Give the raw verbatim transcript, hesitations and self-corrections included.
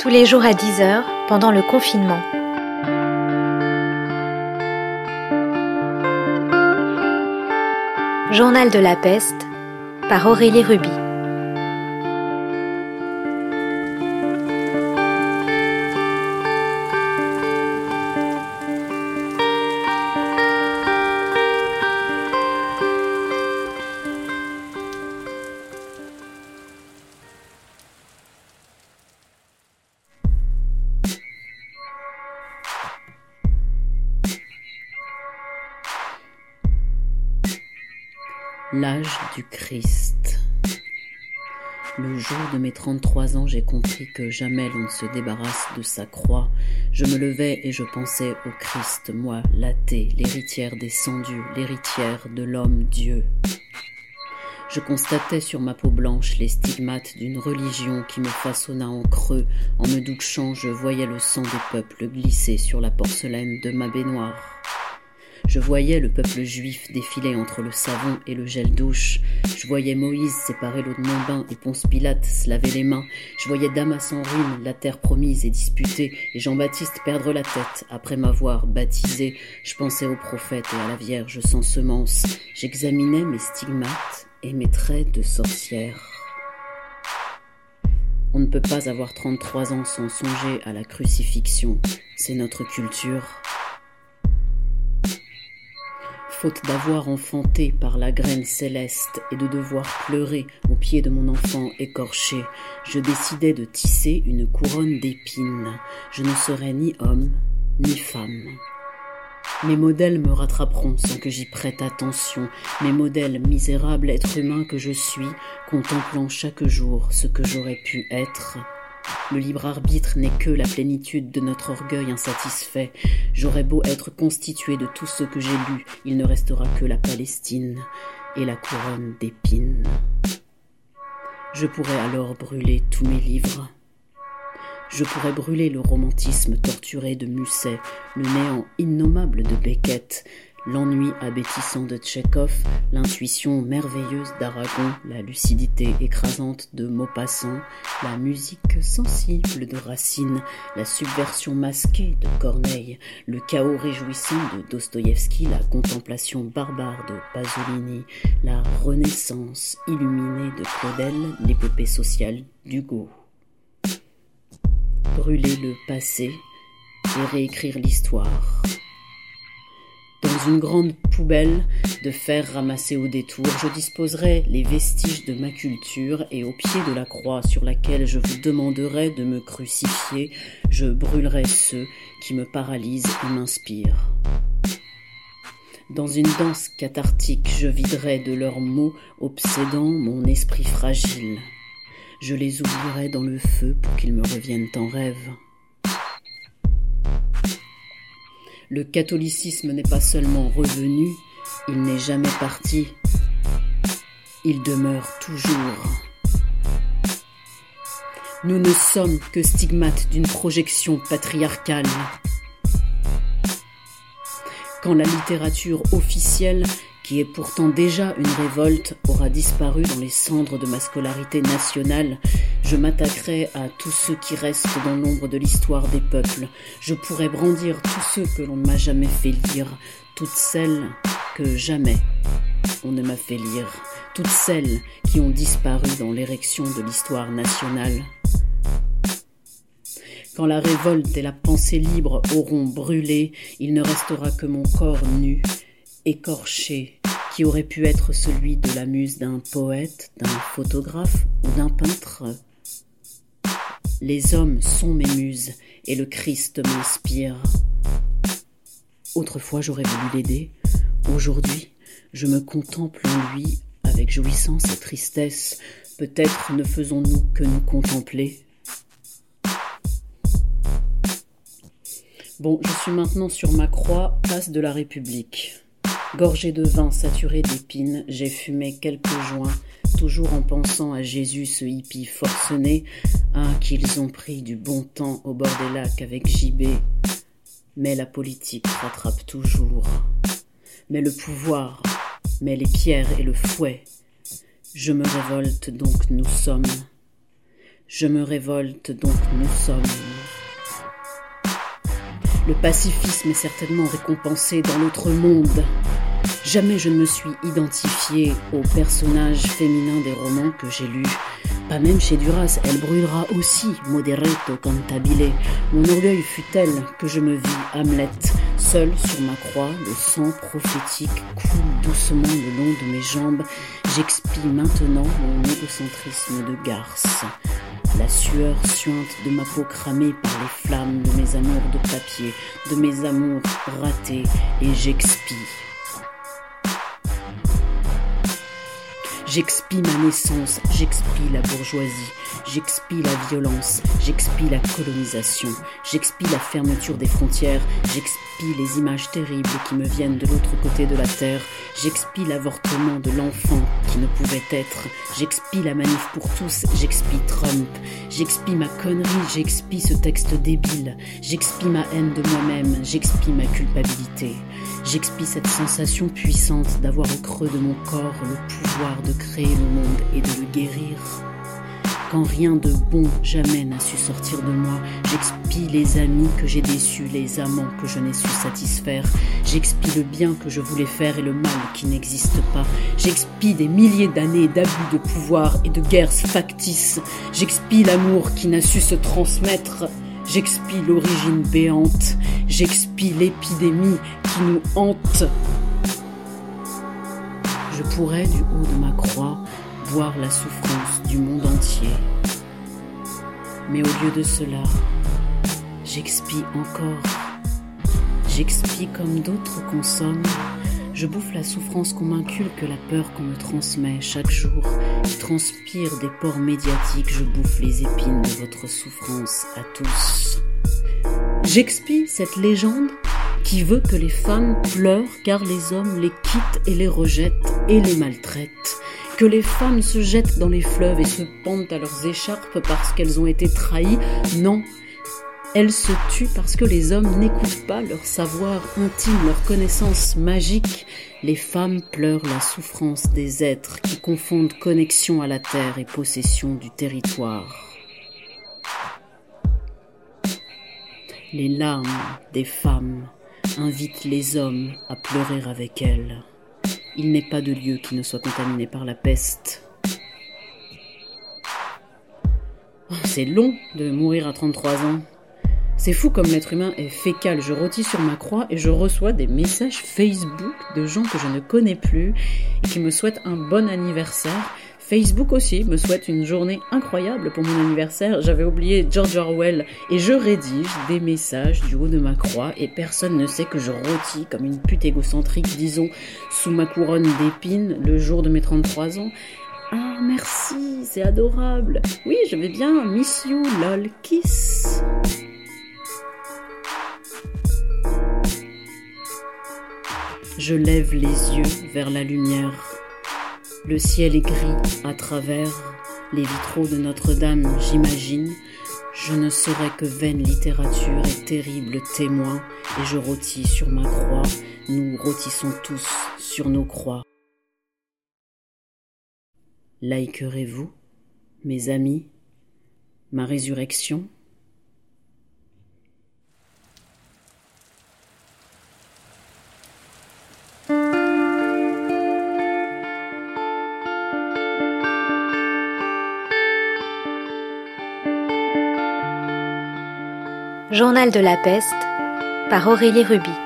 tous les jours à dix heures pendant le confinement. Journal de la peste par Aurélie Ruby. L'âge du Christ. Le jour de mes trente-trois ans, j'ai compris que jamais l'on ne se débarrasse de sa croix. Je me levais et je pensais au Christ, moi, l'athée, l'héritière descendue, l'héritière de l'homme-dieu. Je constatais sur ma peau blanche les stigmates d'une religion qui me façonna en creux. En me douchant, je voyais le sang des peuples glisser sur la porcelaine de ma baignoire. Je voyais le peuple juif défiler entre le savon et le gel douche. Je voyais Moïse séparer l'eau de mon bain et Ponce Pilate se laver les mains. Je voyais Damas en ruine, la terre promise et disputée, et Jean-Baptiste perdre la tête après m'avoir baptisé. Je pensais aux prophètes et à la Vierge sans semence. J'examinais mes stigmates et mes traits de sorcière. On ne peut pas avoir trente-trois ans sans songer à la crucifixion. C'est notre culture. Faute d'avoir enfanté par la graine céleste et de devoir pleurer au pied de mon enfant écorché, je décidai de tisser une couronne d'épines. Je ne serai ni homme, ni femme. Mes modèles me rattraperont sans que j'y prête attention, mes modèles misérables êtres humains que je suis, contemplant chaque jour ce que j'aurais pu être. Le libre arbitre n'est que la plénitude de notre orgueil insatisfait. J'aurais beau être constitué de tout ce que j'ai lu, il ne restera que la Palestine et la couronne d'épines. Je pourrais alors brûler tous mes livres. Je pourrais brûler le romantisme torturé de Musset, le néant innommable de Beckett, l'ennui abétissant de Tchekhov, l'intuition merveilleuse d'Aragon, la lucidité écrasante de Maupassant, la musique sensible de Racine, la subversion masquée de Corneille, le chaos réjouissant de Dostoïevski, la contemplation barbare de Pasolini, la renaissance illuminée de Claudel, l'épopée sociale d'Hugo. Brûler le passé et réécrire l'histoire. Dans une grande poubelle de fer ramassée au détour, je disposerai les vestiges de ma culture et au pied de la croix sur laquelle je vous demanderai de me crucifier, je brûlerai ceux qui me paralysent et m'inspirent. Dans une danse cathartique, je viderai de leurs mots obsédant mon esprit fragile. Je les oublierai dans le feu pour qu'ils me reviennent en rêve. Le catholicisme n'est pas seulement revenu, il n'est jamais parti, il demeure toujours. Nous ne sommes que stigmates d'une projection patriarcale. Quand la littérature officielle, qui est pourtant déjà une révolte, aura disparu dans les cendres de ma scolarité nationale, je m'attaquerai à tous ceux qui restent dans l'ombre de l'histoire des peuples. Je pourrai brandir tous ceux que l'on ne m'a jamais fait lire, toutes celles que jamais on ne m'a fait lire, toutes celles qui ont disparu dans l'érection de l'histoire nationale. Quand la révolte et la pensée libre auront brûlé, il ne restera que mon corps nu, écorché, qui aurait pu être celui de la muse d'un poète, d'un photographe ou d'un peintre. Les hommes sont mes muses et le Christ m'inspire. Autrefois j'aurais voulu l'aider, aujourd'hui je me contemple en lui avec jouissance et tristesse. Peut-être ne faisons-nous que nous contempler. Bon, je suis maintenant sur ma croix, place de la République. Gorgé de vin saturé d'épines, j'ai fumé quelques joints, toujours en pensant à Jésus, ce hippie forcené. Ah, qu'ils ont pris du bon temps au bord des lacs avec J B. Mais la politique rattrape toujours. Mais le pouvoir, mais les pierres et le fouet. Je me révolte donc, nous sommes. Je me révolte, donc nous sommes. Le pacifisme est certainement récompensé dans l'autre monde. Jamais je ne me suis identifiée aux personnages féminins des romans que j'ai lus. Pas même chez Duras, elle brûlera aussi, moderetto cantabile. Mon orgueil fut tel que je me vis Hamlet. Seul sur ma croix, le sang prophétique coule doucement le long de mes jambes. J'expie maintenant mon égocentrisme de garce. La sueur suinte de ma peau cramée par les flammes de mes amours de papier, de mes amours ratés, et j'expie. J'expie ma naissance, j'expie la bourgeoisie, j'expie la violence, j'expie la colonisation, j'expie la fermeture des frontières, j'expie les images terribles qui me viennent de l'autre côté de la terre, j'expie l'avortement de l'enfant qui ne pouvait être, j'expie la manif pour tous, j'expie Trump, j'expie ma connerie, j'expie ce texte débile, j'expie ma haine de moi-même, j'expie ma culpabilité. J'expie cette sensation puissante d'avoir au creux de mon corps le pouvoir de créer le monde et de le guérir. Quand rien de bon jamais n'a su sortir de moi, j'expie les amis que j'ai déçus, les amants que je n'ai su satisfaire. J'expie le bien que je voulais faire et le mal qui n'existe pas. J'expie des milliers d'années d'abus de pouvoir et de guerres factices. J'expie l'amour qui n'a su se transmettre. J'expie l'origine béante, j'expie l'épidémie qui nous hante. Je pourrais, du haut de ma croix, voir la souffrance du monde entier. Mais au lieu de cela, j'expie encore. J'expie comme d'autres consomment. Je bouffe la souffrance qu'on m'inculque, la peur qu'on me transmet chaque jour. Je transpire des pores médiatiques, je bouffe les épines de votre souffrance à tous. J'expie cette légende qui veut que les femmes pleurent car les hommes les quittent et les rejettent et les maltraitent. Que les femmes se jettent dans les fleuves et se pendent à leurs écharpes parce qu'elles ont été trahies. Non. Elles se tuent parce que les hommes n'écoutent pas leur savoir intime, leur connaissance magique. Les femmes pleurent la souffrance des êtres qui confondent connexion à la terre et possession du territoire. Les larmes des femmes invitent les hommes à pleurer avec elles. Il n'est pas de lieu qui ne soit contaminé par la peste. Oh, c'est long de mourir à trente-trois ans. C'est fou comme l'être humain est fécal. Je rôtis sur ma croix et je reçois des messages Facebook de gens que je ne connais plus et qui me souhaitent un bon anniversaire. Facebook aussi me souhaite une journée incroyable pour mon anniversaire. J'avais oublié George Orwell et je rédige des messages du haut de ma croix et personne ne sait que je rôtis comme une pute égocentrique, disons, sous ma couronne d'épines le jour de mes trente-trois ans. Ah, merci, c'est adorable. Oui, je vais bien, miss you, lol, kiss. Je lève les yeux vers la lumière. Le ciel est gris à travers les vitraux de Notre-Dame, j'imagine. Je ne serai que vaine littérature et terrible témoin, et je rôtis sur ma croix. Nous rôtissons tous sur nos croix. Likerez-vous, mes amis, ma résurrection ? Journal de la peste par Aurélie Ruby.